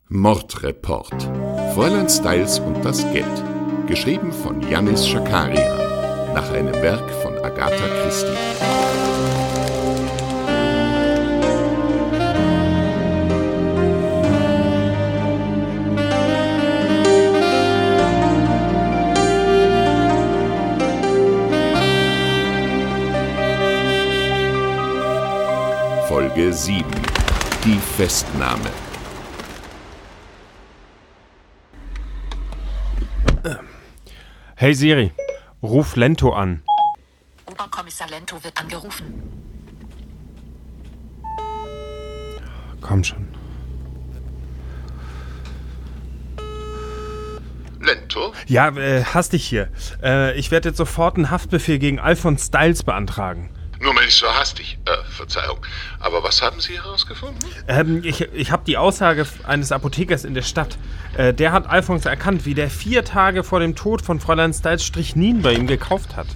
Mordreport. Fräulein Styles und das Geld. Geschrieben von Yannis Schakarian. Nach einem Werk von Agatha Christie. Folge 7. Die Festnahme. Hey Siri, ruf Lento an. Oberkommissar Lento wird angerufen. Komm schon. Lento? Ja, hastig hier. Ich werde jetzt sofort einen Haftbefehl gegen Alphonse Styles beantragen. Nur mal nicht so hastig. Verzeihung. Aber was haben Sie herausgefunden? Ich habe die Aussage eines Apothekers in der Stadt. Der hat Alphonse erkannt, wie der 4 Tage vor dem Tod von Fräulein Styles Strychnin bei ihm gekauft hat.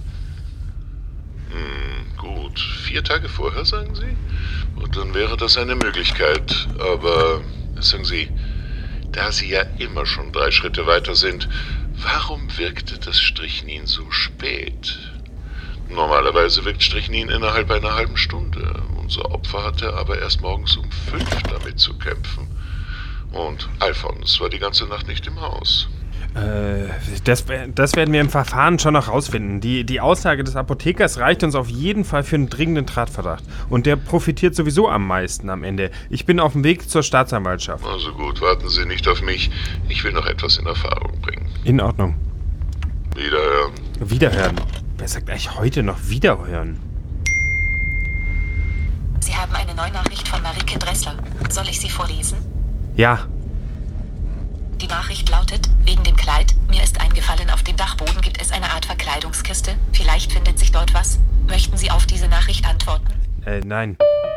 Gut. 4 Tage vorher, sagen Sie? Und dann wäre das eine Möglichkeit. Aber, sagen Sie, da Sie ja immer schon 3 Schritte weiter sind, warum wirkte das Strychnin so spät? Normalerweise wirkt Strychnin innerhalb einer halben Stunde. Unser Opfer hatte aber erst morgens um 5 damit zu kämpfen. Und Alphonse war die ganze Nacht nicht im Haus. Das werden wir im Verfahren schon noch rausfinden. Die Aussage des Apothekers reicht uns auf jeden Fall für einen dringenden Tatverdacht. Und der profitiert sowieso am meisten am Ende. Ich bin auf dem Weg zur Staatsanwaltschaft. Also gut, warten Sie nicht auf mich. Ich will noch etwas in Erfahrung bringen. In Ordnung. Wiederhören. Wiederhören. Wer sagt eigentlich heute noch Wiederhören? Sie haben eine Neunachricht von Marike Dressler. Soll ich sie vorlesen? Ja. Die Nachricht lautet, wegen dem Kleid, mir ist eingefallen, auf dem Dachboden gibt es eine Art Verkleidungskiste. Vielleicht findet sich dort was. Möchten Sie auf diese Nachricht antworten? Nein.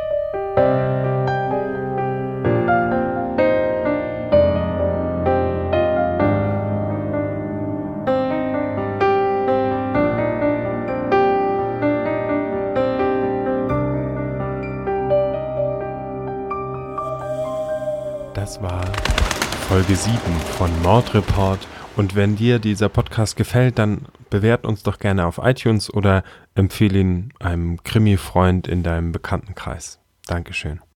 Das war Folge 7 von Mordreport. Und wenn dir dieser Podcast gefällt, dann bewert uns doch gerne auf iTunes oder empfehle ihn einem Krimi-Freund in deinem Bekanntenkreis. Dankeschön.